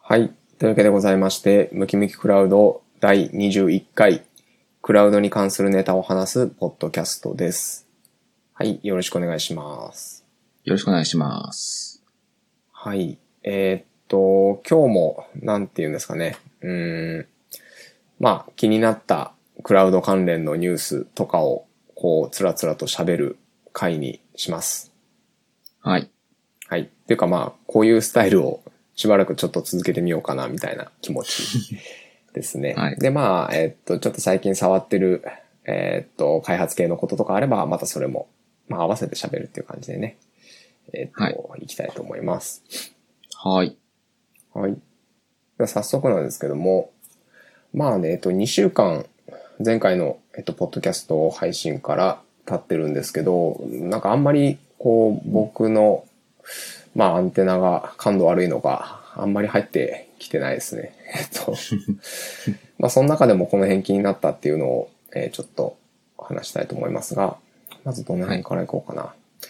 はい。というわけでございまして、ムキムキクラウド第21回、クラウドに関するネタを話すポッドキャストです。はい。よろしくお願いします。 よろしくお願いします。 はい。今日も、なんて言うんですかね。気になったクラウド関連のニュースとかを、つらつらと喋る回にします。 はい。 はい。っていうかこういうスタイルをしばらくちょっと続けてみようかな、みたいな気持ちですね。 はい。 で、ちょっと最近触ってる、開発系のこととかあれば、またそれも、合わせて喋るっていう感じでね、 はい。 いきたいと思います。 はい。 はい。では早速なんですけども、2週間、前回の、ポッドキャスト配信から経ってるんですけど、なんかあんまり、僕の、アンテナが感度悪いのがあんまり入ってきてないですね。その中でもこの辺気になったっていうのを、ちょっと話したいと思いますが、まずどの辺からいこうかな。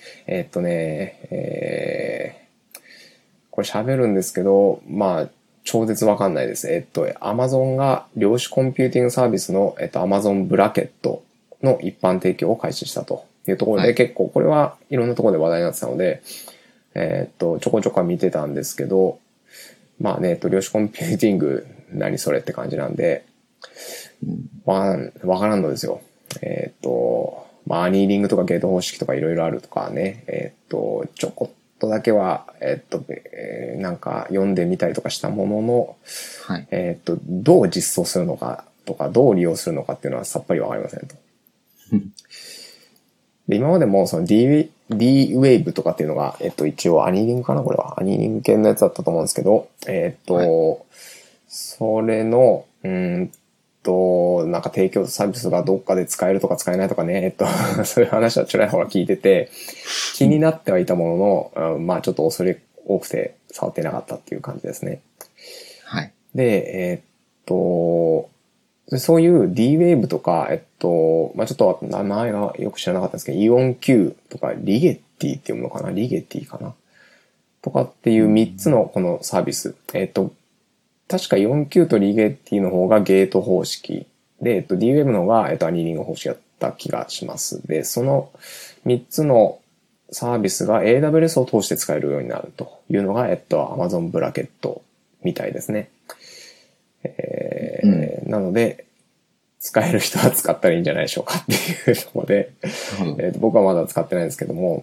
これ喋るんですけど、超絶わかんないです。Amazon が量子コンピューティングサービスの、Amazon ブラケットの一般提供を開始したというところで、結構これはいろんなところで話題になってたので、ちょこちょこ見てたんですけど、量子コンピューティング、何それって感じなんで、わからんのですよ。アニーリングとかゲート方式とかいろいろあるとかね、ちょこっとだけは、なんか読んでみたりとかしたものの、 はい。 どう実装するのかとか、どう利用するのかっていうのはさっぱりわかりませんと。で、今までもその D-Wave とかっていうのが、一応アニーリングかなこれは。アニーリング系のやつだったと思うんですけど、それの、なんか提供サービスがどっかで使えるとか使えないとかね、そういう話はちらほら聞いてて、気になってはいたものの、ちょっと恐れ多くて触ってなかったっていう感じですね。 はい。 で、そういう D-Wave とか、ちょっと名前がよく知らなかったんですけど、イオン Q とかリゲッティっていうのかなリゲティかなとかっていう3つのこのサービス。確か 4Q とリゲッティの方がゲート方式で、D-Wave の方が、アニーリング方式だった気がします。で、その3つのサービスが AWS を通して使えるようになるというのが、Amazon ブラケットみたいですね。なので、使える人は使ったらいいんじゃないでしょうかっていうところで、僕はまだ使ってないんですけども、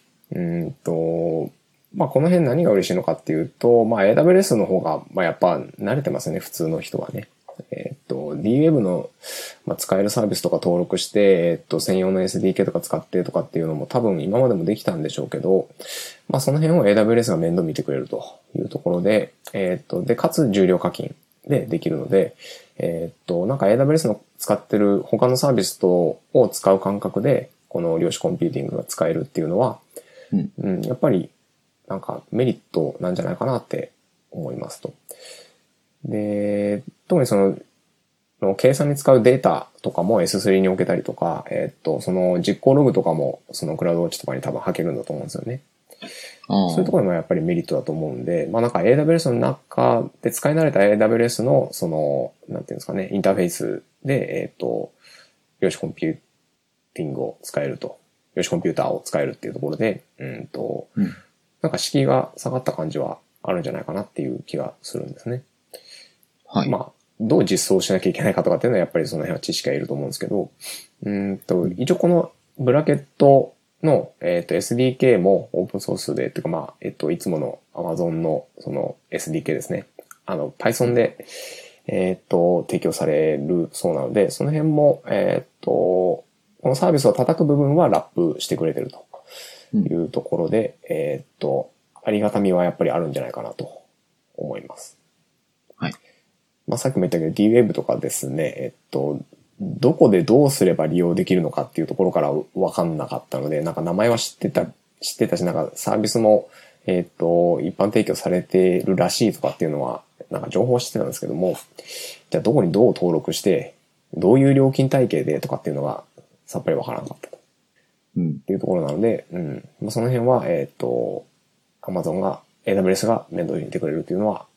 この辺何が嬉しいのかっていうと、AWS の方が、やっぱ慣れてますね、普通の人はね。D-Wave の、使えるサービスとか登録して、専用の SDK とか使ってとかっていうのも多分今までもできたんでしょうけど、その辺を AWS が面倒見てくれるというところで、で、かつ重量課金でできるので、なんか AWS の使ってる他のサービスとを使う感覚で、この量子コンピューティングが使えるっていうのは、やっぱりなんかメリットなんじゃないかなって思いますと。で、特にその計算に使うデータとかも S3 に置けたりとか、その実行ログとかもそのクラウドウォッチとかに多分吐けるんだと思うんですよね。そういうところもやっぱりメリットだと思うんで、なんか AWS の中で使い慣れた AWS のその、なんていうんですかね、インターフェースで、量子コンピューティングを使えると。量子コンピューターを使えるっていうところで、なんか敷居が下がった感じはあるんじゃないかなっていう気がするんですね。 はい。 どう実装しなきゃいけないかとかっていうのはやっぱりその辺は知識がいると思うんですけど、一応このブラケットの、SDK もオープンソースで、っていうかいつもの Amazon のその SDK ですね。Python で、提供されるそうなので、その辺も、このサービスを叩く部分はラップしてくれてるというところで、ありがたみはやっぱりあるんじゃないかなと思います。 はい。 さっきも言ったけど D-Wave とかですね、どこでどうすれば利用できるのかっていうところから分かんなかったので、なんか名前は知ってたし、なんかサービスも、一般提供されてるらしいとかっていうのは、なんか情報は知ってたんですけども、じゃあどこにどう登録して、どういう料金体系でとかっていうのがさっぱり分からなかったと。っていうところなので、その辺は、Amazon が、AWS が面倒に見てくれるっていうのは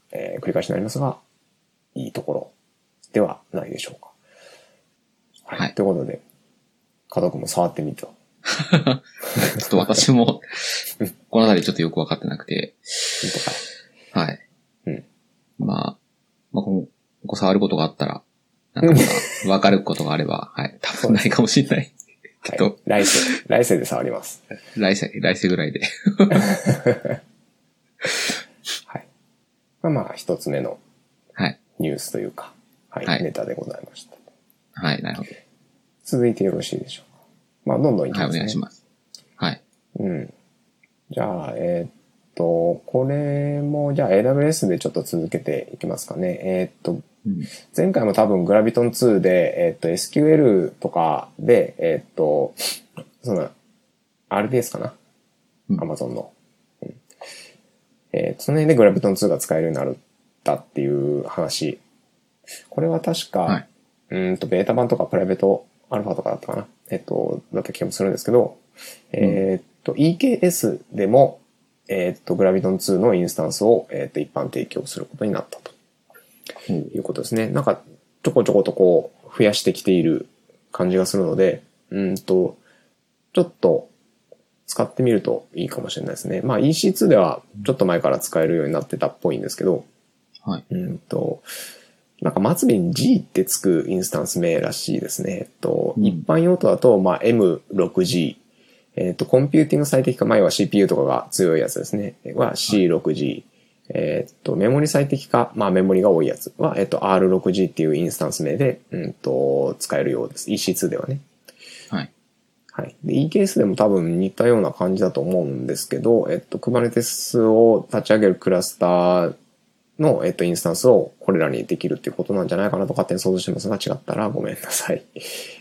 繰り返しになりますが、いいところではないでしょうか。はい。ということで、加藤君も触ってみた。ちょっと私も、このあたりちょっとよくわかってなくて。はい。 うん。 まあ、今後触ることがあったら、なんかわかることがあれば、はい。多分ないかもしれない。けど、 はい、来世で触ります。 来世ぐらいで。 はい。まあ、一つ目の、 はい。 ニュースというか、はい、ネタでございました。 はい、なるほど。 続いてよろしいでしょうか。まあ、どんどんいきますね。 はい、お願いします。はい。 うん。じゃあ、これも、じゃあ AWS でちょっと続けていきますかね。前回も多分 Graviton2 で、SQL とかで、その、RDS かな、Amazon の。その辺で Graviton2 が使えるようになったっていう話。これは確か、 はい、 ベータ版とかプライベートアルファとかだったかな。だった気もするんですけど、EKS でも、Graviton2 のインスタンスを、一般提供することになったということですね。なんか、ちょこちょことこう、増やしてきている感じがするので、ちょっと使ってみるといいかもしれないですね。まあ EC2 ではちょっと前から使えるようになってたっぽいんですけど、 はい。 なんか末尾に G ってつくインスタンス名らしいですね。一般用途だと、まあ M6G、コンピューティング最適化前は CPU とかが強いやつですね。は C6G。メモリ最適化、まあメモリが多いやつは、R6G っていうインスタンス名で、使えるようです。EC2 ではね。 はい。 はい。で、EKS でも多分似たような感じだと思うんですけど、Kubernetes を立ち上げるクラスターの、インスタンスをこれらにできるっていうことなんじゃないかなと勝手に想像してますが、違ったらごめんなさい。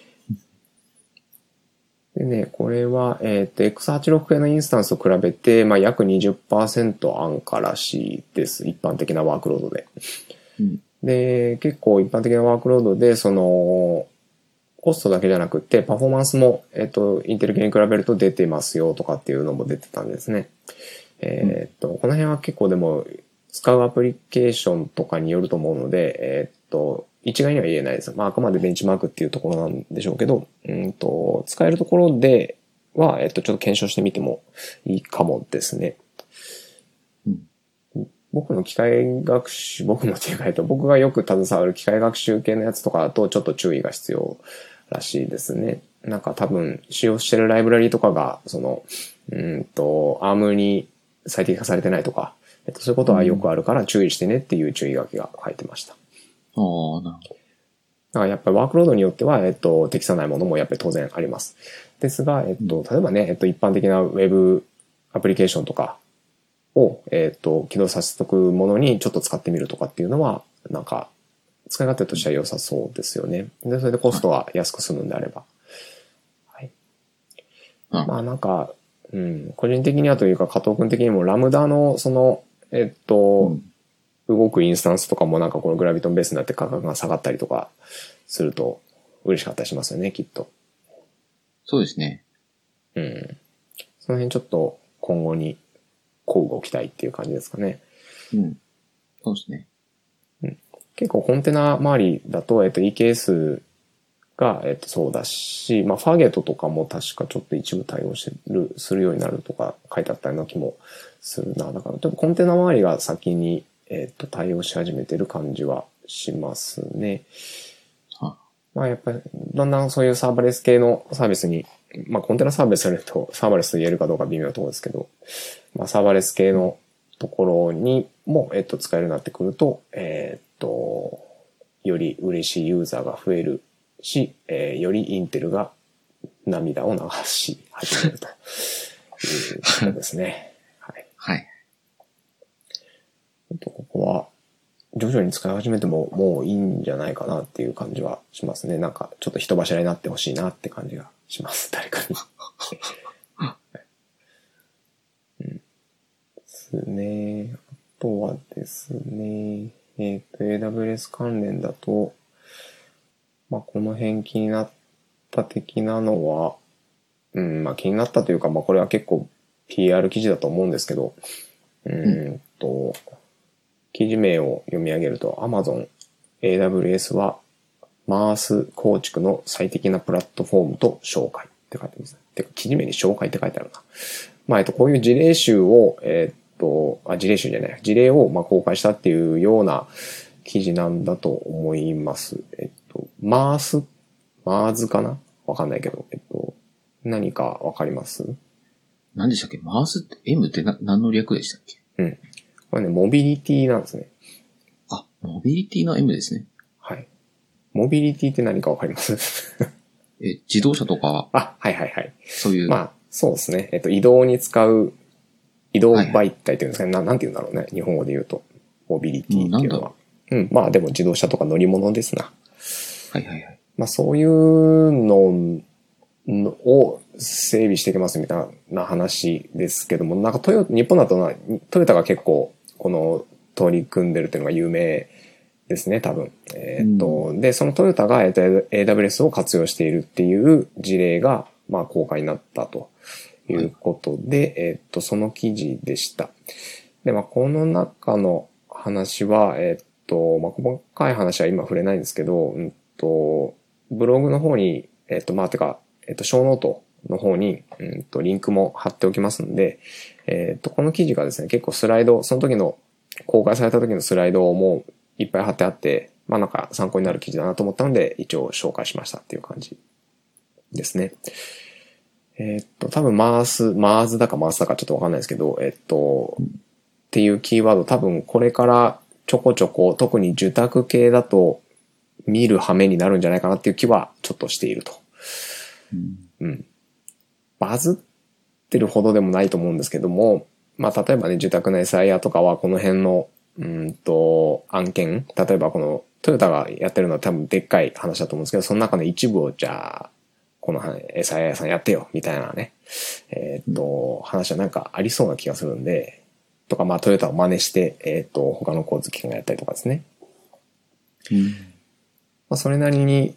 でね、これは、X86 系のインスタンスと比べて、まあ、約 20% 安価らしいです。一般的なワークロードで。で、結構一般的なワークロードで、コストだけじゃなくて、パフォーマンスも、インテル系に比べると出てますよとかっていうのも出てたんですね。この辺は結構でも、使うアプリケーションとかによると思うので、一概には言えないです。まあ、あくまでベンチマークっていうところなんでしょうけど、使えるところでは、ちょっと検証してみてもいいかもですね。僕の機械学習、僕がよく携わる機械学習系のやつとかだとちょっと注意が必要らしいですね。なんか多分使用してるライブラリとかが、ARM に最適化されてないとか、そういうことはよくあるから注意してねっていう注意書きが書いてました。 ああ、なるほど。 だからやっぱりワークロードによっては、適さないものもやっぱり当然あります。ですが、例えばね、一般的なウェブアプリケーションとかを、起動させておくものにちょっと使ってみるとかっていうのは、なんか、使い勝手としては良さそうですよね。で、それでコストは安く済むんであれば。はい。まあなんか、個人的にはというか、加藤君的にもラムダの動くインスタンスとかもなんかこのグラビトンベースになって価格が下がったりとかすると嬉しかったりしますよね、きっと。 そうですね。 その辺ちょっと今後にこう動きたいっていう感じですかね。 そうですね。 結構コンテナ周りだと、EKS が、そうだし、まあ、ファーゲートとかも確かちょっと一部対応するようになるとか書いてあったような気もするな。だから、ちょっとコンテナ周りが先に、対応し始めてる感じはしますね。まあ、やっぱり、だんだんそういうサーバレス系のサービスに、まあ、コンテナサービスされると、サーバレスと言えるかどうか微妙なところですけど、まあ、サーバレス系のところにも、使えるようになってくると、より嬉しいユーザーが増えるし、よりインテルが涙を流し始めるということですね。はい。 はい。 ここは、徐々に使い始めてももういいんじゃないかなっていう感じはしますね。なんか、ちょっと人柱になってほしいなって感じがします。誰かに。ですね。あとはですね、AWS 関連だと、まあ、この辺気になった的なのは、まあ、気になったというか、まあ、これは結構 PR 記事だと思うんですけど、 記事名を読み上げると、Amazon AWS は MaaS 構築の最適なプラットフォームと紹介って書いてますね。てか、記事名に紹介って書いてあるな。まあ、こういう事例集を、事例集じゃない、事例をまあ公開したっていうような記事なんだと思います。MaaS かなわかんないけど、何かわかります？ 何でしたっけ？ MaaS って M って何の略でしたっけ？ うん。これね、モビリティなんですね。 あ、モビリティの M ですね。 はい。モビリティって何かわかります？ 自動車とか。 あ、はいはいはい。 そういう。 まあ、そうですね。移動に使う、移動媒体っていうんですかね。なんて言うんだろうね。日本語で言うと。モビリティっていうのは。まあでも自動車とか乗り物ですな。 はいはいはい。 まあそういうのを整備していきますみたいな話ですけども、なんか日本だとトヨタが結構この取り組んでるっていうのが有名ですね、多分。で、そのトヨタがAWS を活用しているっていう事例が、まあ公開になったということで、その記事でした。で、まあこの中の話は、まあ細かい話は今触れないんですけど、ブログの方に、まあてか、小ノートの方に、リンクも貼っておきますので、この記事がですね、結構スライド、その時の公開された時のスライドもいっぱい貼ってあって、まあなんか参考になる記事だなと思ったので、一応紹介しましたっていう感じですね。多分マーズだかマースだかちょっとわかんないですけど、っていうキーワード多分これからちょこちょこ、特に受託系だと見る羽目になるんじゃないかなっていう気はちょっとしていると。バズってるほどでもないと思うんですけども、まあ例えばね、受託の SIR とかはこの辺の案件、例えばこのトヨタがやってるのは多分でっかい話だと思うんですけど、その中の一部をじゃあ、このSIR さんやってよ、みたいなね、話はなんかありそうな気がするんで、とかまあトヨタを真似して、他の交通機関がやったりとかですね。まあそれなりに、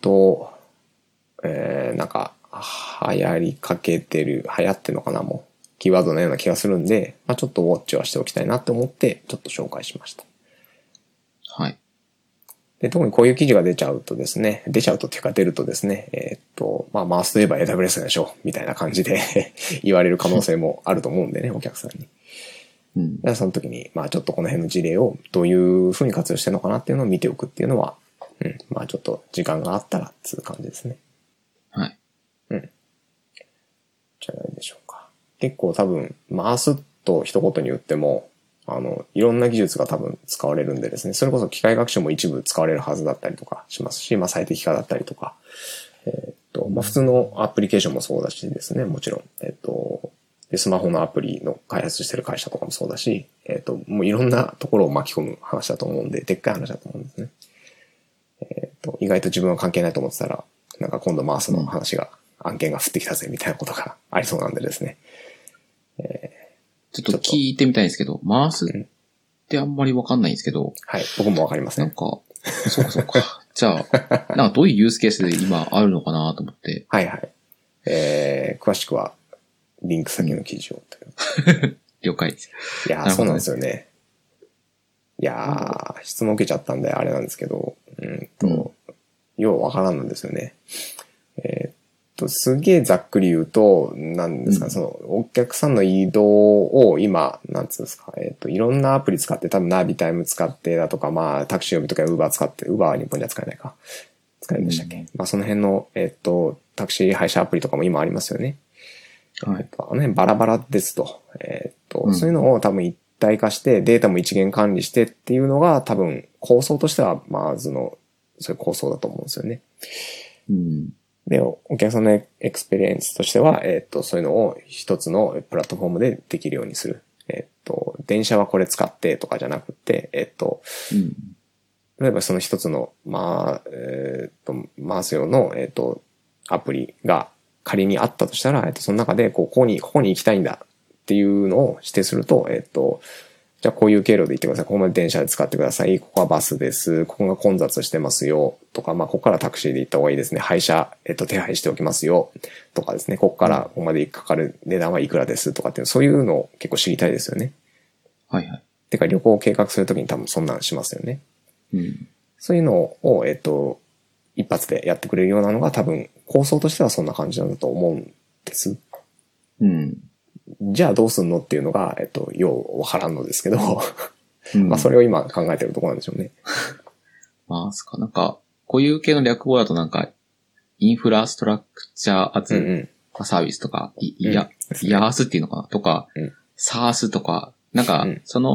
なんか、流行ってるのかな、もう。キーワードのような気がするんで、まあちょっとウォッチはしておきたいなと思って、ちょっと紹介しました。 はい。 で、特にこういう記事が出ちゃうとですね、出るとですね、まあ、マースといえば AWS でしょ、みたいな感じで言われる可能性もあると思うんでね、お客さんに。でその時に、まあちょっとこの辺の事例をどういう風に活用してるのかなっていうのを見ておくっていうのは、まあちょっと時間があったらっていう感じですね。 はい。 じゃないでしょうか。結構多分、回すと一言に言っても、いろんな技術が多分使われるんでですね、それこそ機械学習も一部使われるはずだったりとかしますし、まあ最適化だったりとか、まあ普通のアプリケーションもそうだしですね、もちろん、でスマホのアプリの開発してる会社とかもそうだし、もういろんなところを巻き込む話だと思うんで、でっかい話だと思うんですね。意外と自分は関係ないと思ってたら、なんか今度マースの話が、案件が降ってきたぜみたいなことがありそうなんでですね。 ちょっと聞いてみたいんですけど、マースってあんまりわかんないんですけど。 はい、僕もわかりません。 なんか、そうかそうか。じゃあ、なんかどういうユースケースで今あるのかなと思って。 はいはい。詳しくは、リンク先の記事を。 了解です。 いやー、そうなんですよね。いやー、質問受けちゃったんであれなんですけど、ようわからんのですよね。すげえざっくり言うと、なんですか、その、お客さんの移動を今、なんつうんですか、いろんなアプリ使って、多分ナビタイム使ってだとか、まあ、タクシー呼ぶときは Uber 使って、Uber は日本じゃ使えないか。使えるんでしたっけ、まあ、その辺の、タクシー配車アプリとかも今ありますよね。 はい。 あの辺バラバラですと。そういうのを多分一体化して、データも一元管理してっていうのが多分構想としては、まずの、そういう構想だと思うんですよね。で、お客さんのエクスペリエンスとしては、そういうのを一つのプラットフォームでできるようにする。電車はこれ使ってとかじゃなくて、例えばその一つの、回す用の、アプリが仮にあったとしたら、その中で、ここに行きたいんだっていうのを指定すると、じゃあこういう経路で行ってください。ここまで電車で使ってください。ここはバスです。ここが混雑してますよ。とか、まあ、ここからタクシーで行った方がいいですね。配車、手配しておきますよ。とかですね。ここからここまでかかる値段はいくらです。とかっていう、そういうのを結構知りたいですよね。 はいはい。 てか旅行を計画するときに多分そんなんしますよね。 うん。 そういうのを、一発でやってくれるようなのが多分構想としてはそんな感じなんだと思うんです。 うん。 じゃあどうすんのっていうのが、ようわからんのですけど、 うん、 まあそれを今考えてるところなんでしょうね。 まあ、なんか、こういう系の略語だとなんか、インフラストラクチャーアズサービスとか、イヤースっていうのかなとか、サースとか、なんか、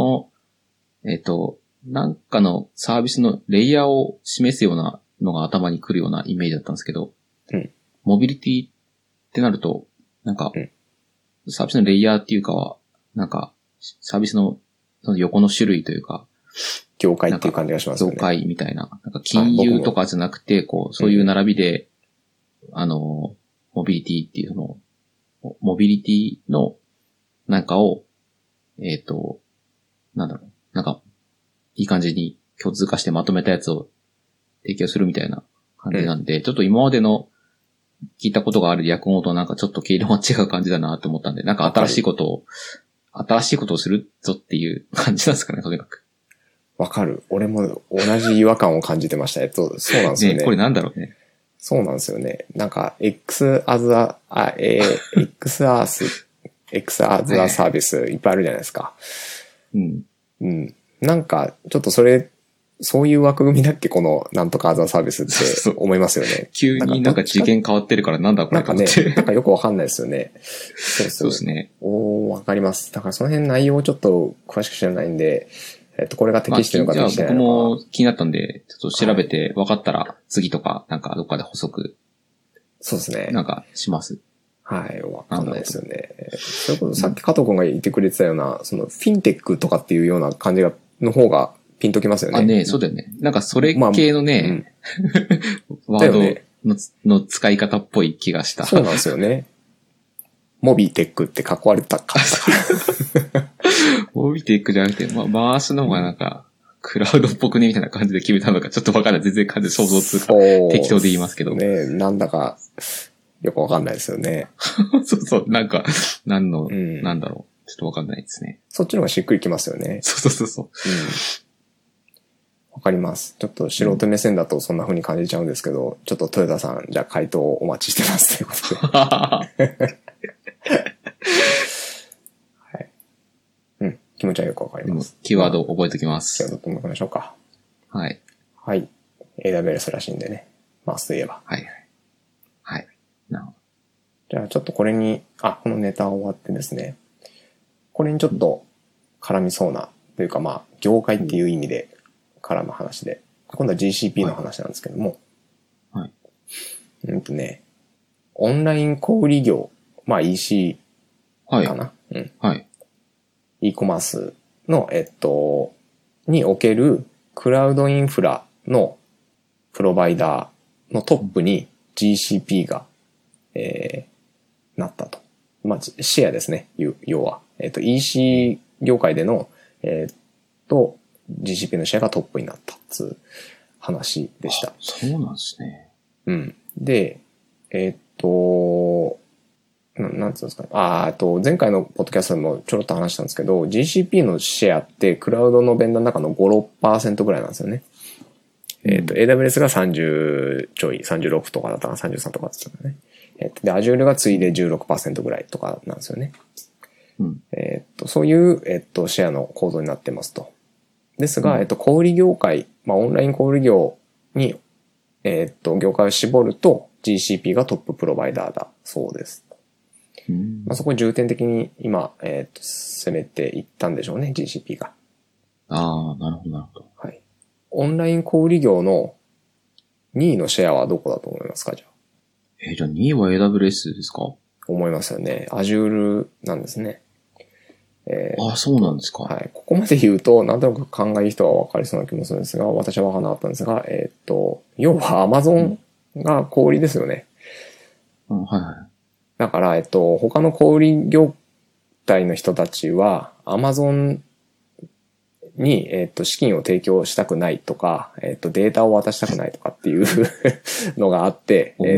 なんかのサービスのレイヤーを示すようなのが頭に来るようなイメージだったんですけど、モビリティってなると、なんか、サービスのレイヤーっていうかは、なんか、サービスのその横の種類というか、 業界っていう感じがしますね。 業界みたいな。なんか金融とかじゃなくて、こう、そういう並びで、モビリティっていうの、モビリティのなんかを、なんだろう。なんか、いい感じに共通化してまとめたやつを提供するみたいな感じなんで、ちょっと今までの聞いたことがある略語となんかちょっと毛色が違う感じだなって思ったんで、なんか新しいことをするぞっていう感じなんですかね、とにかく。 わかる。俺も同じ違和感を感じてました。そうなんですよね。 これなんだろうね。 そうなんですよね。なんか、X as aサービスいっぱいあるじゃないですか。 うん。 うん。なんか、ちょっとそういう枠組みだっけこのなんとかアザーサービスって思いますよね。 急になんか次元変わってるからなんだこれかね。なんかよくわかんないですよね。 そうですね。 わかります。だからその辺内容をちょっと詳しく知らないんで、これが適してるのか適してないのか。 僕も気になったんで、ちょっと調べて分かったら次とか、なんかどっかで補足。 そうですね。 なんかします。 はい、わかんないですよね。それこそさっき加藤君が言ってくれてたような、そのフィンテックとかっていうような感じの方がピンときますよね。 ね、そうだよね。なんかそれ系のね、ワードの使い方っぽい気がした。 そうなんですよね。モビテックってかっこ悪かったから。 モビテックじゃなくて、回すの方がなんか、クラウドっぽくねみたいな感じで決めたのかちょっとわからない。全然感じ想像つか適当で言いますけど。 ね、なんだかよくわかんないですよね。 そう、なんか、なんだろう。ちょっとわかんないですね。 そっちの方がしっくりきますよね。 そう。 わかります。ちょっと素人目線だとそんな風に感じちゃうんですけど、ちょっと豊田さん、じゃあ回答をお待ちしてますということで。はい。気持ちはよくわかります。 キーワードを覚えておきます。 キーワードと思いましょうか。 はい。 はい。AWS らしいんでね。回すといえば。 はい。なるほど。 じゃあちょっとこのネタ終わってですね。これにちょっと絡みそうな、というか業界っていう意味で絡む話で、今度は GCP の話なんですけども。 はい。 オンライン小売業、EC かな、 はい。 e コマースの、におけるクラウドインフラのプロバイダーのトップに GCP がなったと。シェアですね。要は。EC 業界での、GCP のシェアがトップになったつう話でした。 そうなんですね。 で、なんつうんですかね。前回のポッドキャストでもちょろっと話したんですけど、GCP のシェアってクラウドのベンダーの中の5、6% ぐらいなんですよね。AWS が30ちょい、36とかだったかな、33とかだったかね。で、Azure が次いで 16% ぐらいとかなんですよね。そういう、シェアの構造になってますと。ですが、小売業界、オンライン小売業に、業界を絞ると GCP がトッププロバイダーだそうです。そこを重点的に今、攻めていったんでしょうね、GCP が。 ああ、なるほど。 はい。オンライン小売業の2位のシェアはどこだと思いますか、じゃあ。 じゃあ2位は AWS ですか？ 思いますよね。Azure なんですね。 そうなんですか。 はい。ここまで言うと、なんとなく考える人は分かりそうな気もするんですが、私は分からなかったんですが、要は Amazon が小売りですよね。 はい。 だから、他の小売業態の人たちは、Amazon に、資金を提供したくないとか、データを渡したくないとかっていうのがあって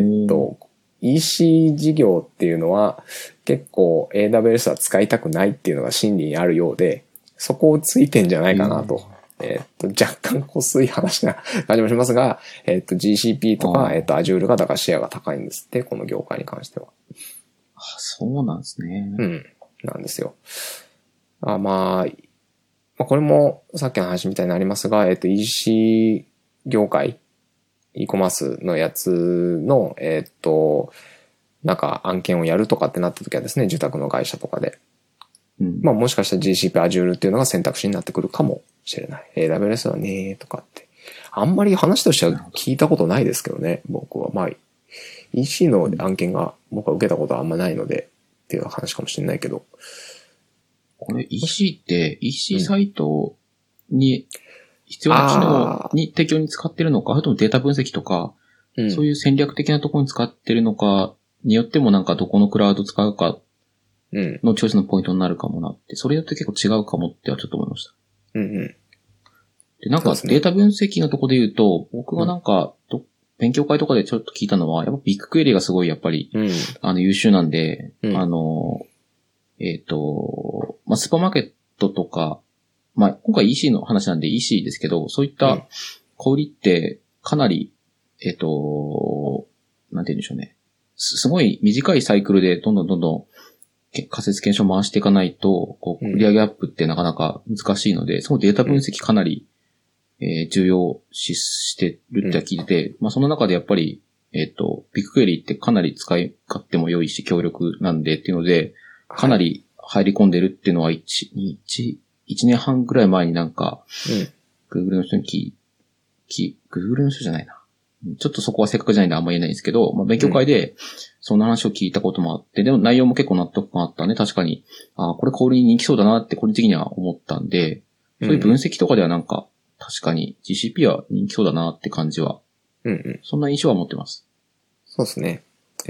、EC 事業っていうのは結構 AWS は使いたくないっていうのが心理にあるようで、 そこをついてんじゃないかなと。若干こすい話な感じもしますが、GCP とか、Azure がだからシェアが高いんですって、この業界に関しては。 あ、そうなんですね。 うん。なんですよ。まあ、これもさっきの話みたいになりますが、EC 業界、e コマースのやつの、なんか案件をやるとかってなった時はですね、受託の会社とかで。 うん、 まあもしかしたら GCP Azure っていうのが選択肢になってくるかもしれない。AWS はねとかって。あんまり話としては聞いたことないですけどね、僕は。まあ、EC の案件が僕は受けたことはあんまないので、っていう話かもしれないけど。 これ EC って EC サイトに必要な機能に提供に使ってるのか、それともデータ分析とか、そういう戦略的なところに使ってるのかによってもなんかどこのクラウド使うかのチョイスのポイントになるかもなって、それによって結構違うかもってはちょっと思いました。で、なんかデータ分析のところで言うと、僕がなんか勉強会とかでちょっと聞いたのは、やっぱビッグクエリがすごいやっぱり、優秀なんで、まあ、スーパーマーケットとか、まあ、今回 EC の話なんで EC ですけど、そういった小売りってかなり、なんて言うんでしょうね。すごい短いサイクルでどんどん仮説検証回していかないと、売上アップってなかなか難しいので、そのデータ分析かなり、重要視してるって聞いてて、まあその中でやっぱり、ビッグクエリーってかなり使い勝手も良いし強力なんでっていうので、かなり入り込んでるっていうのは1年半ぐらい前になんか、Google の人にGoogle の人じゃないな。ちょっとそこはせっかくじゃないんであんま言えないんですけど、まあ勉強会でそんな話を聞いたこともあって、でも内容も結構納得感あったんで、確かに、これ小売りに人気そうだなって個人的には思ったんで、そういう分析とかではなんか、確かに GCP は人気そうだなって感じは、そんな印象は持ってます。 そうですね。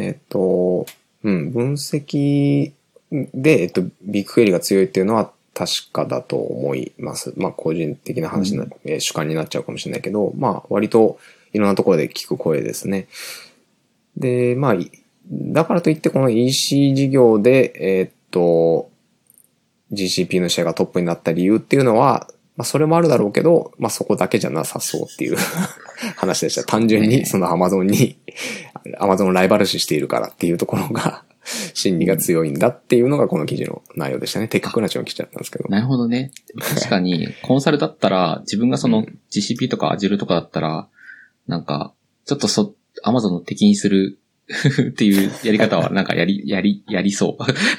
分析で、ビッグクエリが強いっていうのは確かだと思います。まあ、個人的な話主観になっちゃうかもしれないけど、まあ、割といろんなところで聞く声ですね。で、まあ、だからといってこの EC 事業で、GCP のシェアがトップになった理由っていうのは、まあ、それもあるだろうけど、まあ、そこだけじゃなさそうっていう話でした。単純にその Amazon をライバル視しているからっていうところが心理が強いんだっていうのがこの記事の内容でしたね。テッククラッチも来ちゃったんですけど。 なるほどね。確かに、コンサルだったら、自分がその GCP とか Azure とかだったら、なんか、ちょっとAmazon の敵にするっていうやり方はなんかやりそう。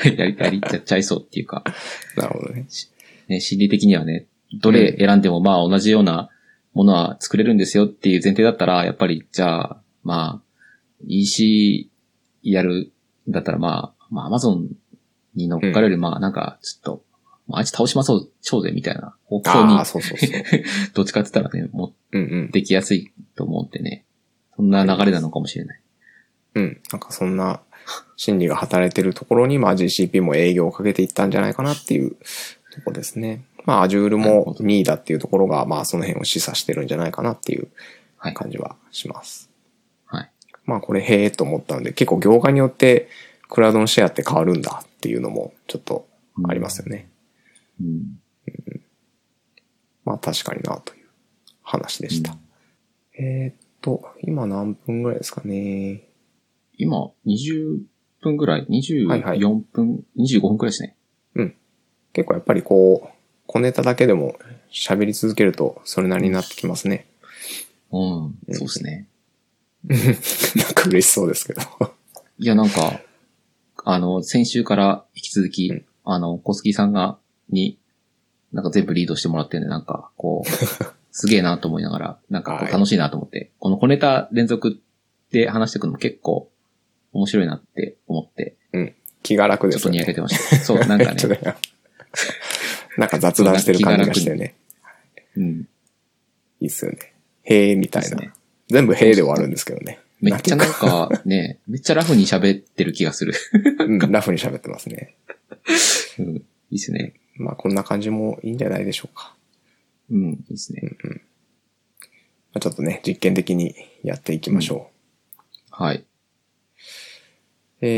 やっちゃいそうっていうか。 なるほどね。 ね、心理的にはね、どれ選んでもまあ同じようなものは作れるんですよっていう前提だったら、やっぱりじゃあ、まあ、EC やるんだったらまあ Amazon に乗っかれるよりまあなんかちょっと、あいつ倒しましょうぜみたいな方向に、 そうどっちかって言ったらね、もうできやすいと思うんでね、そんな流れなのかもしれない。 なんかそんな心理が働いてるところに、まあ GCP も営業をかけていったんじゃないかなっていうところですね。まあ Azure も2位だっていうところが、まあその辺を示唆してるんじゃないかなっていう感じはします。 はい。 まあこれへーと思ったので、結構業界によってクラウドのシェアって変わるんだっていうのもちょっとありますよね。まあ確かになという話でした。今何分ぐらいですかね。 今20分ぐらい、24分、25分くらいですね。 結構やっぱり小ネタだけでも喋り続けるとそれなりになってきますね。 そうですね。 なんか嬉しそうですけど。 いや、なんか、先週から引き続き、小杉さんなんか全部リードしてもらってるんで、なんか、すげえなと思いながら、なんか楽しいなと思って、この小ネタ連続で話していくのも結構面白いなって思って。 気が楽ですね。 ちょっとにやけてました。そう、なんかね。 なんか雑談してる感じがしてね。いいっすよね。へーみたいな。全部へーで終わるんですけどね。 めっちゃなんかね、めっちゃラフに喋ってる気がする。 ラフに喋ってますね。 いいっすね。 まあこんな感じもいいんじゃないでしょうか。 いいっすね。 ちょっとね、実験的にやっていきましょう。はい。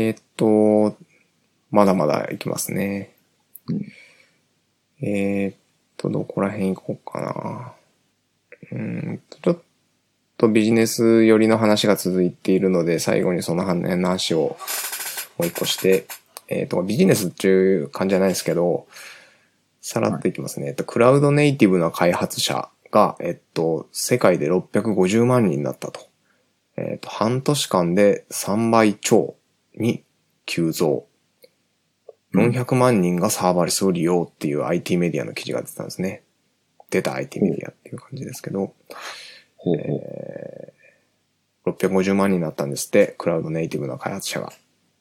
まだまだいきますね。 どこら辺行こうかな。ちょっとビジネス寄りの話が続いているので、最後にその話をもう一個して、ビジネスっていう感じじゃないですけど、さらっといきますね。クラウドネイティブな開発者が、世界で650万人になったと。半年間で3倍超に急増。400万人がサーバーレスを利用っていう IT メディアの記事が出てたんですね。出た IT メディアっていう感じですけど、650万人になったんですって、クラウドネイティブな開発者が。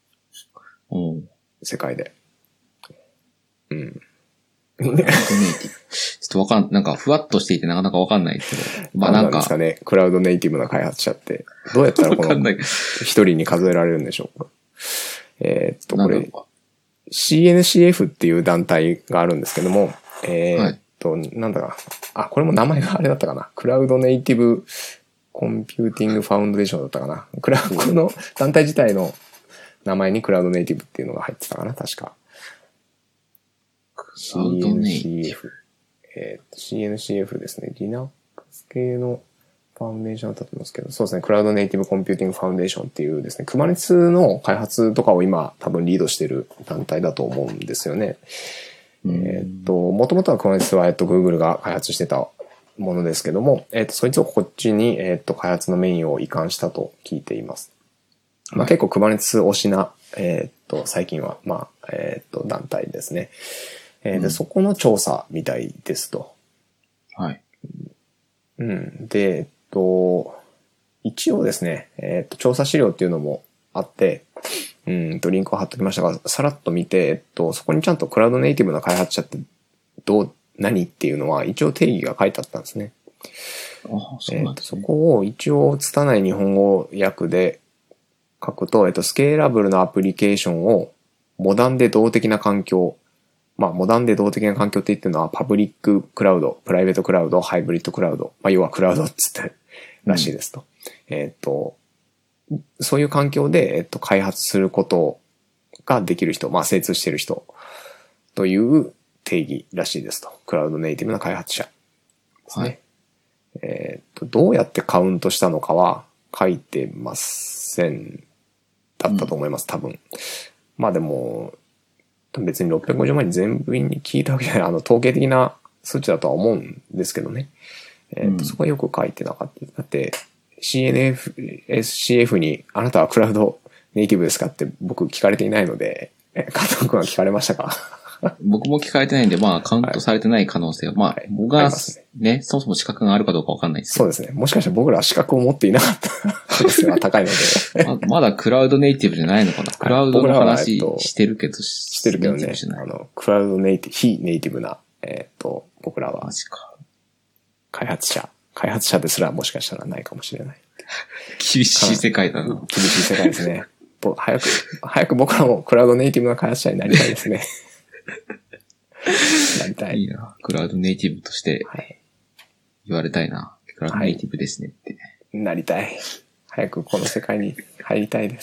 世界で。うん。 ちょっとわかん、なんかふわっとしていてなかなかわかんないですけど。まあなんか。 なんですかね、クラウドネイティブな開発者って。どうやったらこの一人に数えられるんでしょうか。これ、CNCF っていう団体があるんですけども、なんだかな。これも名前があれだったかな。クラウドネイティブコンピューティングファウンデーションだったかな。この団体自体の名前にクラウドネイティブっていうのが入ってたかな、確か。CNCF。CNCF ですね。Linux 系のファウンデーションだったと思うんですけど、そうですね。クラウドネイティブコンピューティングファウンデーションっていうですね、Kubernetes の開発とかを今多分リードしてる団体だと思うんですよね。もともとは Kubernetes はGoogle が開発してたものですけども、そいつをこっちに開発のメインを移管したと聞いています。まあ結構 Kubernetes 推しな最近は団体ですね。で、そこの調査みたいですと。 はい。 で、一応ですね、調査資料っていうのもあって、リンクを貼っておきましたが、さらっと見て、そこにちゃんとクラウドネイティブな開発者って何っていうのは一応定義が書いてあったんですね。 そうなんですね。 そこを一応拙い日本語訳で書くと、スケーラブルなアプリケーションをモダンで動的な環境、モダンで動的な環境って言ってるのはパブリッククラウド、プライベートクラウド、ハイブリッドクラウド、要はクラウドっつってらしいですと。そういう環境で、開発することができる人、精通している人という定義らしいですと。クラウドネイティブな開発者ですね。どうやってカウントしたのかは書いてませんだったと思います、多分。でも、別に650万人全部に聞いたわけじゃない、統計的な数値だとは思うんですけどね。そこはよく書いてなかった。だって、CF に、あなたはクラウドネイティブですかって僕聞かれていないので、加藤君は聞かれましたか？ 僕も聞かれてないんで、カウントされてない可能性は、僕がね、そもそも資格があるかどうかわかんないですけど。 そうですね。もしかしたら僕らは資格を持っていなかった可能性が高いので。 まだクラウドネイティブじゃないのかな。クラウドの話してるけど、 してるけどね。クラウドネイティブ、非ネイティブな、僕らは。 マジか。 開発者ですらもしかしたらないかもしれない。 厳しい世界だな。 厳しい世界ですね。早く僕らもクラウドネイティブな開発者になりたいですね。なりたい。 いいな。クラウドネイティブとして言われたいな。クラウドネイティブですねって。 なりたい。早くこの世界に入りたいです。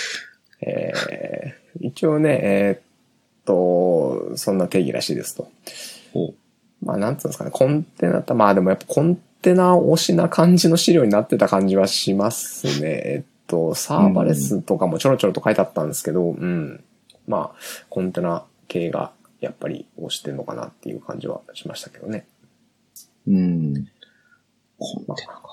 一応ね、そんな定義らしいですと。なんつうんですかね、コンテナって、でもやっぱコンテナ推しな感じの資料になってた感じはしますね。サーバレスとかもちょろちょろと書いてあったんですけど、コンテナ系がやっぱり推してるのかなっていう感じはしましたけどね。 コンテナか。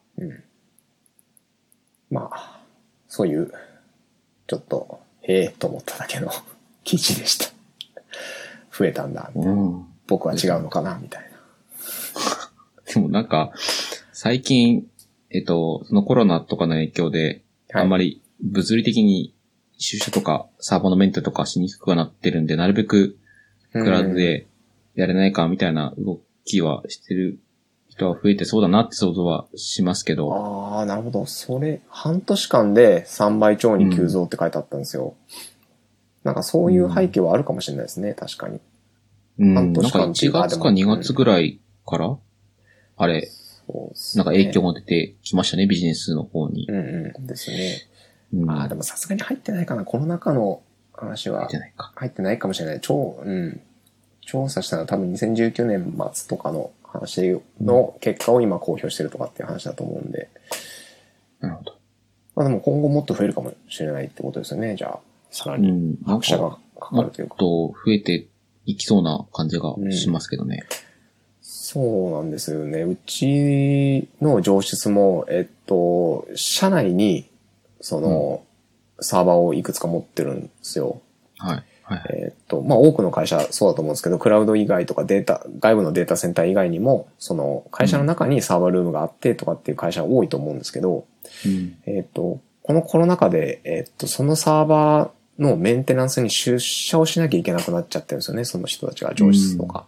そういう、ちょっと、と思っただけの記事でした。増えたんだ、みたいな。僕は違うのかな、みたいな。 でも最近、そのコロナとかの影響で、あんまり物理的に出社とかサーバーのメンテとかしにくくなってるんで、なるべくクラウドでやれないかみたいな動きはしてる人は増えてそうだなって想像はしますけど。 なるほど。それ、半年間で3倍超に急増って書いてあったんですよ。なんかそういう背景はあるかもしれないですね、確かに。 なんか1月か2月ぐらいから、なんか影響が出てきましたね、ビジネスの方に。 ですね。でもさすがに入ってないかな。コロナ禍の話は入ってないかもしれない。超調査したのは多分2019年末とかの話の結果を今公表してるとかっていう話だと思うんで。 なるほど。 まあでも今後もっと増えるかもしれないってことですよね。じゃあ、さらに拍車がかかるというか。 もっと増えていきそうな感じがしますけどね。 そうなんですよね。うちの上質も、社内に、サーバーをいくつか持ってるんですよ。 はい。はい。 まあ多くの会社そうだと思うんですけど、クラウド以外とか外部のデータセンター以外にも、会社の中にサーバールームがあってとかっていう会社が多いと思うんですけど、このコロナ禍で、そのサーバーのメンテナンスに出社をしなきゃいけなくなっちゃってるんですよね、その人たちが上質とか。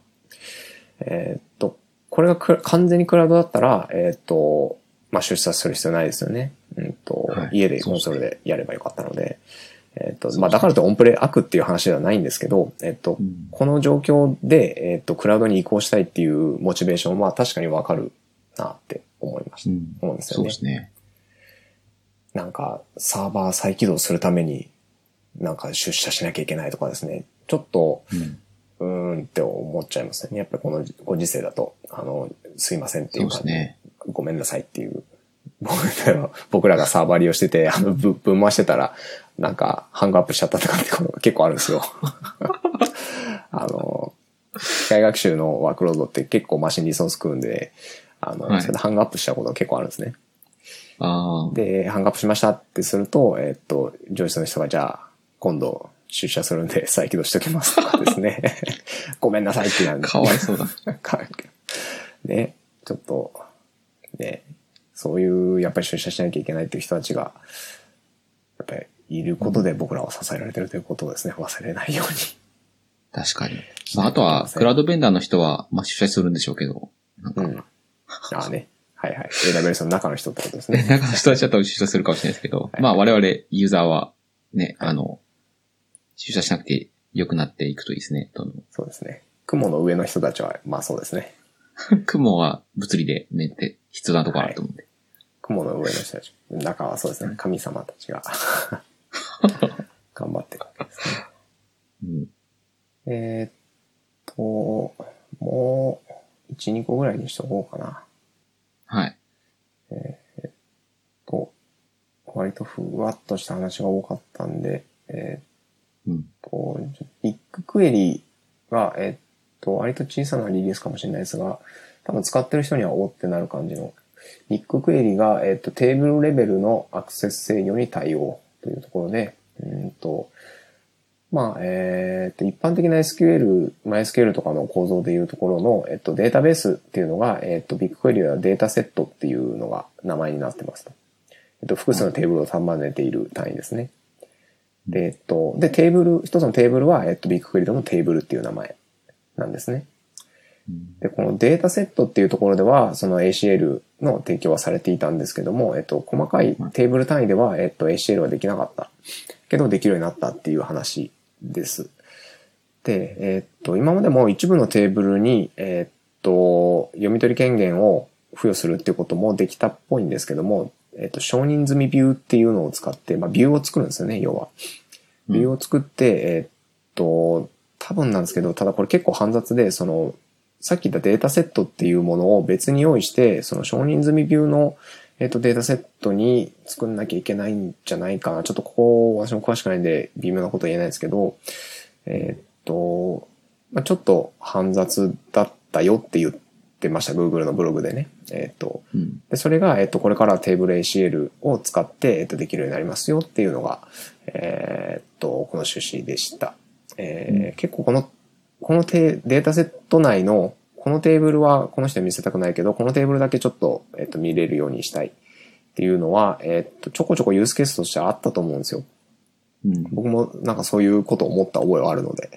これが完全にクラウドだったら、まあ、出社する必要ないですよね。家でコンソールでやればよかったので。まあ、だからとオンプレ悪っていう話ではないんですけど、この状況で、クラウドに移行したいっていうモチベーションは確かにわかるなって思いました。思うんですよね。 そうですね。 なんか、サーバー再起動するために、なんか出社しなきゃいけないとかですね。ちょっと、って思っちゃいますね。やっぱりこのご時世だと、すいませんっていうか、 ね、 ごめんなさいっていう。僕らがサーバー利用してて、分回してたら、なんか、ハングアップしちゃったとかってことが結構あるんですよ。機械学習のワークロードって結構マシンリソース食うんで、それでハングアップしちゃうことが結構あるんですね。で、ハングアップしましたってすると、上司の人がじゃあ、今度出社するんで再起動しておきますとかですね。ごめんなさいってなんで。 かわいそうだ。 ね、ちょっと、ね、そういう、やっぱり出社しなきゃいけないっていう人たちが、やっぱりいることで僕らは支えられてるということをですね、忘れないように。 確かに。まあ、あとは、クラウドベンダーの人は、まあ、出社するんでしょうけど。 ああね。はいはい。AWS の中の人ってことですね。 中の人たちだと出社するかもしれないですけど、はい、まあ我々ユーザーはね、はい、出社しなくて良くなっていくといいですね。 そうですね。雲の上の人たちは、まあそうですね。 雲は物理でねって必要なところあると思うんで、はい。 雲の上の人たち。中はそうですね。神様たちが頑張ってるわけですね。もう、1、2個ぐらいにしとこうかな。 はい。 割とふわっとした話が多かったんで、ビッグクエリが、割と小さなリリースかもしれないですが、多分使ってる人にはおってなる感じの、ビッグクエリが、テーブルレベルのアクセス制御に対応というところで、まあ、一般的な SQL、MySQL とかの構造でいうところの、データベースっていうのが、ビッグクエリはデータセットっていうのが名前になってますと。複数のテーブルを束ねている単位ですね。で、一つのテーブルは、ビッグクエリのテーブルっていう名前なんですね。で、このデータセットっていうところでは、その ACL の提供はされていたんですけども、細かいテーブル単位では、ACL はできなかったけど、できるようになったっていう話です。で、今までも一部のテーブルに、読み取り権限を付与するっていうこともできたっぽいんですけども、承認済みビューっていうのを使って、まあ、ビューを作るんですよね、要は。ビューを作って、多分なんですけど、ただこれ結構煩雑で、さっき言ったデータセットっていうものを別に用意して、その承認済みビューの、データセットに作んなきゃいけないんじゃないかな。ちょっとここ、私も詳しくないんで、微妙なこと言えないですけど、まあ、ちょっと煩雑だったよって言ってました、Google のブログでね。でそれが、これからテーブル ACL を使って、できるようになりますよっていうのが、この趣旨でした。結構このデータセット内の、このテーブルはこの人に見せたくないけど、このテーブルだけちょっと、見れるようにしたいっていうのは、ちょこちょこユースケースとしてあったと思うんですよ。僕もなんかそういうことを思った覚えはあるので。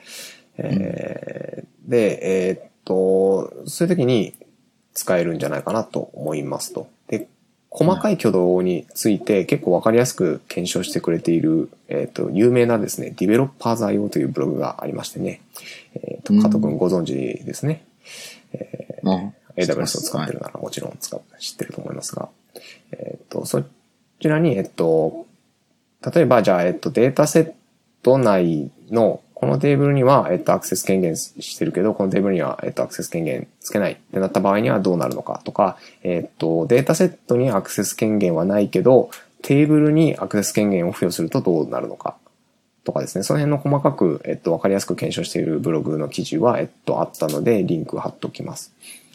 で、そういう時に使えるんじゃないかなと思いますと。で、細かい挙動について結構わかりやすく検証してくれている、有名なですね、Developers.io というブログがありましてね。加藤くんご存知ですね。AWS を使ってるならもちろん知ってると思いますが。そちらに、例えばじゃあ、データセット内のこのテーブルには、アクセス権限してるけど、このテーブルには、アクセス権限つけないってなった場合にはどうなるのかとか、データセットにアクセス権限はないけど、テーブルにアクセス権限を付与するとどうなるのかとかですね、その辺の細かく、わかりやすく検証しているブログの記事は、あったので、リンク貼っておきます。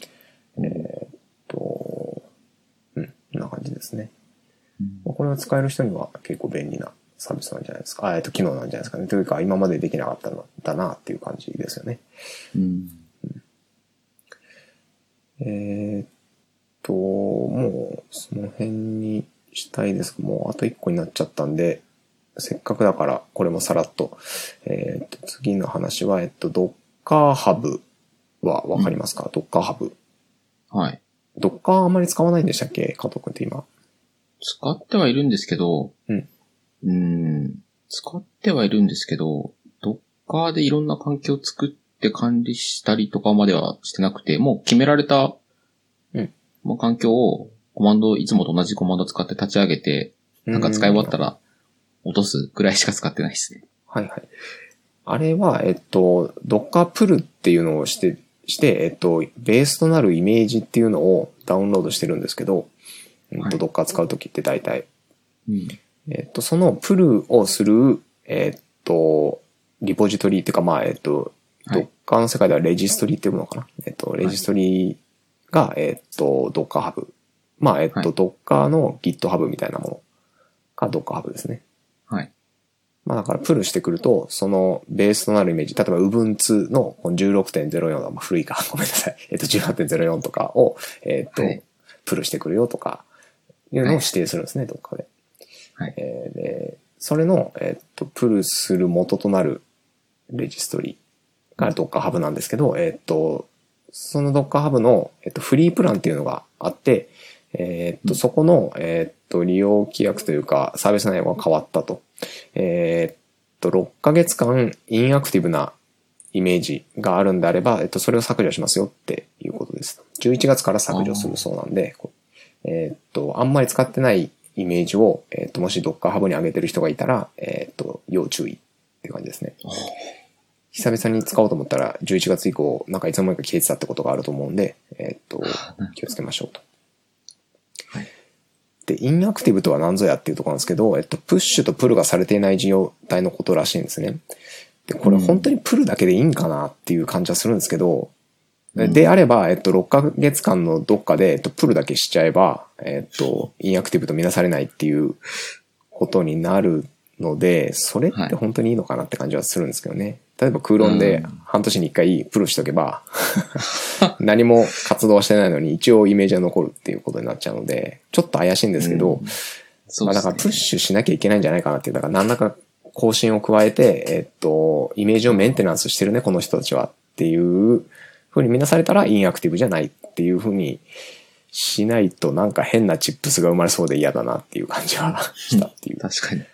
こんな感じですね。これを使える人には結構便利なサービスなんじゃないですか。機能なんじゃないですかね。というか、今までできなかったのだなっていう感じですよね。もう、その辺にしたいですが、もうあと1個になっちゃったんで、せっかくだから、これもさらっと。次の話は、Docker Hub はわかりますか？ Docker Hub。 はい。 Docker あんまり使わないんでしたっけ？加藤くんって今。 使ってはいるんですけど、使ってはいるんですけど、Docker でいろんな環境を作って管理したりとかまではしてなくて、もう決められた、もう環境をいつもと同じコマンドを使って立ち上げて、なんか使い終わったら落とすくらいしか使ってないですね。 はいはい。あれは、Docker Pull っていうのをして、ベースとなるイメージっていうのをダウンロードしてるんですけど、Docker 使うときって大体。そのプルをする、リポジトリっていうか、Docker の世界ではレジストリっていうのかな。レジストリが、Docker Hub。Docker の GitHub みたいなものが Docker Hub ですね。 はい。 だからプルしてくると、そのベースとなるイメージ、例えば Ubuntu の 16.04 は古いか、ごめんなさい。18.04 とかを、プルしてくるよとか、いうのを指定するんですね、どっかで。で、それの、プルする元となるレジストリが Docker Hub なんですけど、その Docker Hub の、フリープランっていうのがあって、そこの、利用規約というか、サービス内容が変わったと。6ヶ月間インアクティブなイメージがあるんであれば、それを削除しますよっていうことです。11月から削除するそうなんで、あんまり使ってないイメージを、もし Docker Hub に上げてる人がいたら、要注意っていう感じですね。久々に使おうと思ったら、11月以降、なんかいつの間にか消えてたってことがあると思うんで、気をつけましょうと。で、インアクティブとは何ぞやっていうところなんですけど、プッシュとプルがされていない状態のことらしいんですね。で、これ本当にプルだけでいいんかなっていう感じはするんですけど、であれば、6ヶ月間のどっかで、プルだけしちゃえば、インアクティブとみなされないっていうことになるので、それって本当にいいのかなって感じはするんですけどね。例えば空論で半年に一回プルしとけば、何も活動はしてないのに一応イメージは残るっていうことになっちゃうので、ちょっと怪しいんですけど、だからプッシュしなきゃいけないんじゃないかなっていう、だから何らか更新を加えて、イメージをメンテナンスしてるね、この人たちはっていう風に見なされたらインアクティブじゃないっていう風にしないとなんか変なチップスが生まれそうで嫌だなっていう感じはしたっていう。 確かに。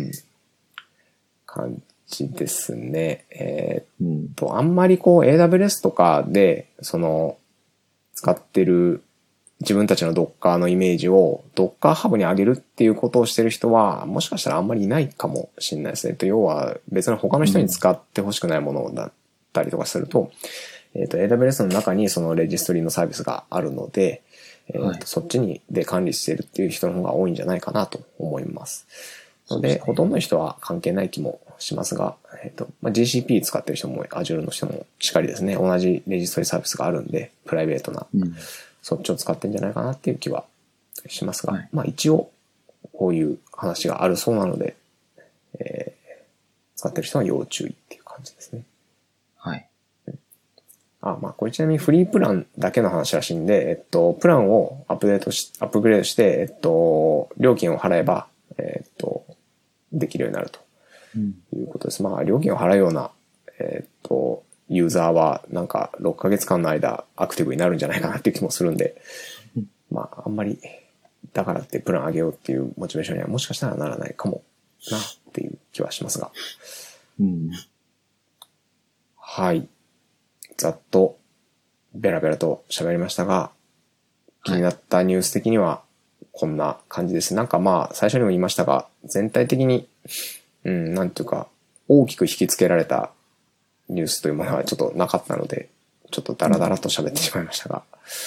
感じですね。あんまりAWS とかで、使ってる自分たちの Docker のイメージを Docker Hub に上げるっていうことをしてる人は、もしかしたらあんまりいないかもしれないですね。要は別に他の人に使ってほしくないものだったりとかすると、AWS の中にそのレジストリのサービスがあるので、そっちで管理してるっていう人の方が多いんじゃないかなと思います。ので、ほとんどの人は関係ない気もしますが、GCP 使ってる人も Azure の人もしっかりですね、同じレジストリサービスがあるんで、プライベートな、そっちを使ってんじゃないかなっていう気はしますが、一応、こういう話があるそうなので、使ってる人は要注意っていう感じですね。 はい。 これちなみにフリープランだけの話らしいんで、プランをアップグレードして、料金を払えば、できるようになるということです。料金を払うような、ユーザーはなんか6ヶ月間の間アクティブになるんじゃないかなっていう気もするんで、あんまりだからってプラン上げようっていうモチベーションにはもしかしたらならないかもなっていう気はしますが。はい。ざっとベラベラと喋りましたが、気になったニュース的にはこんな感じです。なんか最初にも言いましたが、全体的に、なんていうか、大きく引き付けられたニュースというものはちょっとなかったので、ちょっとダラダラと喋ってしまいましたが。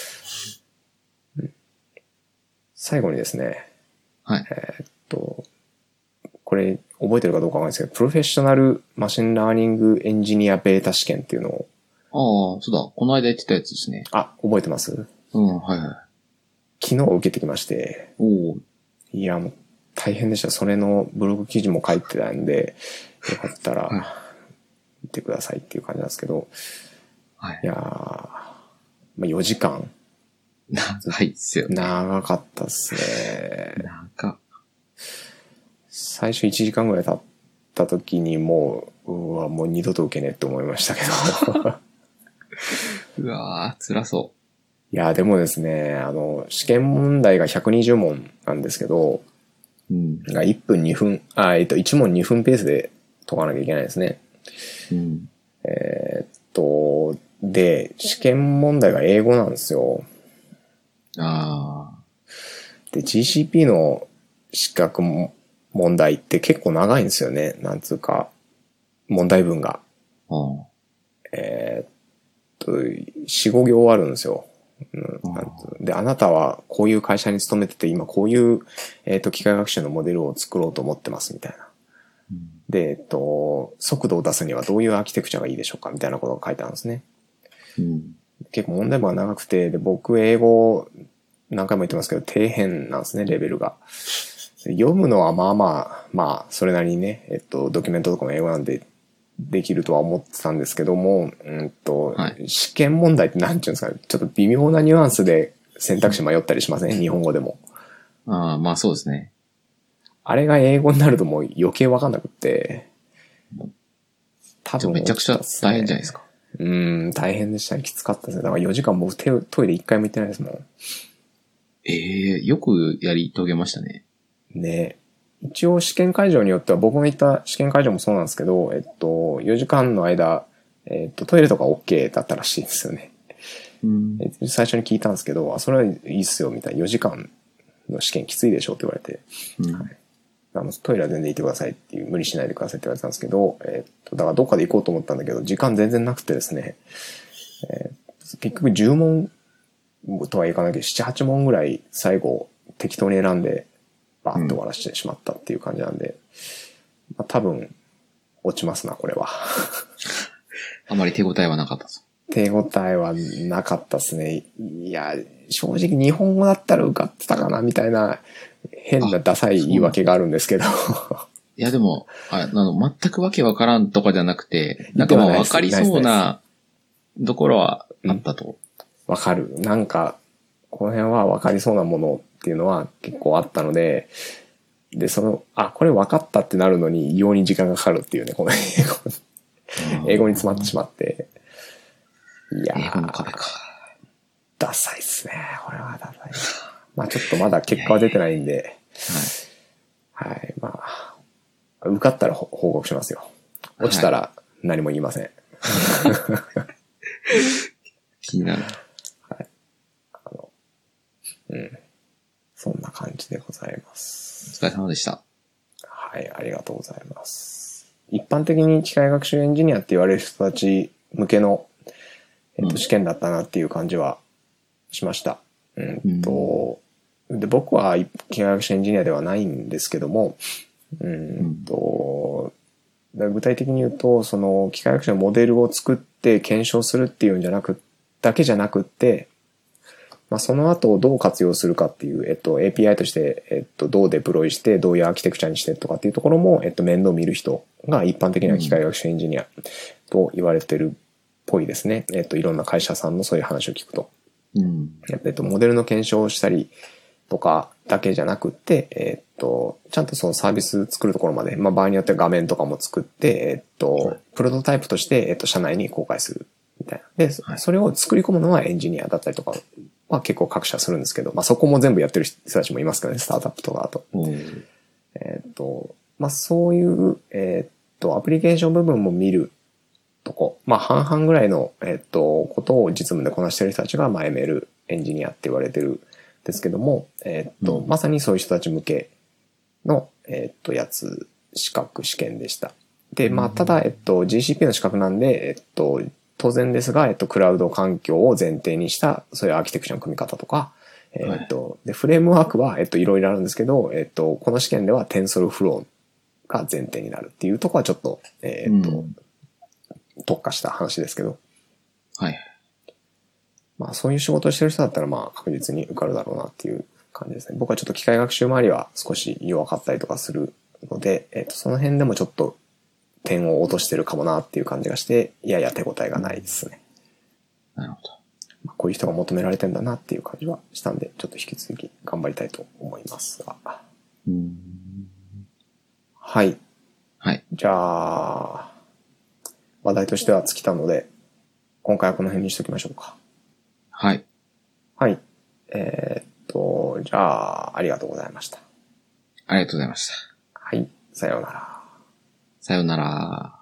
最後にですね、 はい。 これ覚えてるかどうかわかんないですけど、プロフェッショナルマシンラーニングエンジニアベータ試験っていうのを。 ああ、そうだ。この間言ってたやつですね。 あ、覚えてます？ うん、はいはい。 昨日受けてきまして。 おお。 いや、もう大変でした。それのブログ記事も書いてたんで、よかったら見てくださいっていう感じなんですけど。 はい。 いやー、まあ、4時間。 長いっすよね。 長かったっすね。 長。 最初1時間ぐらい経った時にもう、うわ、もう二度と受けねえって思いましたけど。 うわー、辛そいや、でもですね、試験問題が120問なんですけど、 う。うん。 1分2分、1問2分ペースで解かなきゃいけないですね。 うん。 で、試験問題が英語なんですよ。 あで、GCP の資格問題って結構長いんですよね。なんつうか、問題文が。 あ。あ 4、5行あるんですよ。で、あなたはこういう会社に勤めてて、今こういう、機械学習のモデルを作ろうと思ってますみたいな。 うん、 で、速度を出すにはどういうアーキテクチャがいいでしょうかみたいなことが書いてあるんですね。 うん。 結構問題文が長くて、で、僕英語何回も言ってますけど、底辺なんですね、レベルが。読むのはまあ、それなりにね、ドキュメントとかも英語なんでできるとは思ってたんですけども、 はい、 試験問題ってなんていうんですかね、ちょっと微妙なニュアンスで選択肢迷ったりしません？日本語でも。 ああ、まあそうですね。 あれが英語になるともう余計わかんなくって、多分、 めちゃくちゃ大変じゃないですか。 大変でしたね。きつかったですね。だから4時間僕トイレ1回も行ってないですもん。 よくやり遂げましたね。 ね。一応試験会場によっては、僕の行った試験会場もそうなんですけど、4時間の間、トイレとか OK だったらしいんですよね。 うん、 最初に聞いたんですけど、それはいいっすよ、みたいな。4時間の試験きついでしょって言われて。 うん、 はい、トイレは全然行ってくださいっていう、無理しないでくださいって言われたんですけど、だからどっかで行こうと思ったんだけど、時間全然なくてですね、結局10問とはいかなきゃ7、8問ぐらい最後適当に選んで、バーッと終わらせてしまったっていう感じなんで、まあ、多分、落ちますな、これは。 あまり手応えはなかったぞ。 手応えはなかったですね。いや、正直日本語だったら受かってたかな、みたいな変なダサい言い訳があるんですけど。 いやでも、全くわけわからんとかじゃなくて、なんかまあわかりそうなところはあったと。 わかる。なんか、この辺はわかりそうなものっていうのは結構あったので、で、これ分かったってなるのに異様に時間がかかるっていうね、この英語に詰まってしまって。いやー、 英語の壁か。 ダサいっすね。これはダサい。まあちょっとまだ結果は出てないんで、はい、まあ、受かったら報告しますよ。落ちたら何も言いません。 気になる。 そんな感じでございます。 お疲れ様でした。 はい、ありがとうございます。一般的に機械学習エンジニアって言われる人たち向けの、試験だったなっていう感じはしました。で、僕は機械学習エンジニアではないんですけども、具体的に言うと、その機械学習のモデルを作って検証するっていうんじゃなく、だけじゃなくって、まあ、その後どう活用するかっていう、API として、どうデプロイして、どういうアーキテクチャにしてとかっていうところも、面倒見る人が一般的には機械学習エンジニアと言われてるっぽいですね。いろんな会社さんのそういう話を聞くと。モデルの検証をしたりとかだけじゃなくって、ちゃんとそのサービス作るところまで、まあ、場合によっては画面とかも作って、プロトタイプとして、社内に公開するみたいな。で、それを作り込むのはエンジニアだったりとかは結構各社するんですけど、まあ、そこも全部やってる人たちもいますからね、スタートアップとかだと。まあ、そういう、アプリケーション部分も見るとこ、まあ、半々ぐらいの、ことを実務でこなしてる人たちが、まあ、ML エンジニアって言われてるんですけども、まさにそういう人たち向けの、資格試験でした。 で、まあ、ただ、GCP の資格なんで、当然ですが、クラウド環境を前提にした、そういうアーキテクチャの組み方とか、で、フレームワークは、いろいろあるんですけど、この試験では TensorFlow が前提になるっていうところはちょっと、特化した話ですけど。 はい。 まあ、そういう仕事をしてる人だったら、まあ、確実に受かるだろうなっていう感じですね。僕はちょっと機械学習周りは少し弱かったりとかするので、その辺でもちょっと点を落としてるかもなっていう感じがして、やや手応えがないですね。 なるほど。 まあ、こういう人が求められてんだなっていう感じはしたんで、ちょっと引き続き頑張りたいと思いますが。はい。 はい。 じゃあ、話題としては尽きたので、今回はこの辺にしときましょうか。 はい。 はい。じゃあ、ありがとうございました。 ありがとうございました。 はい。さようなら。 さようなら。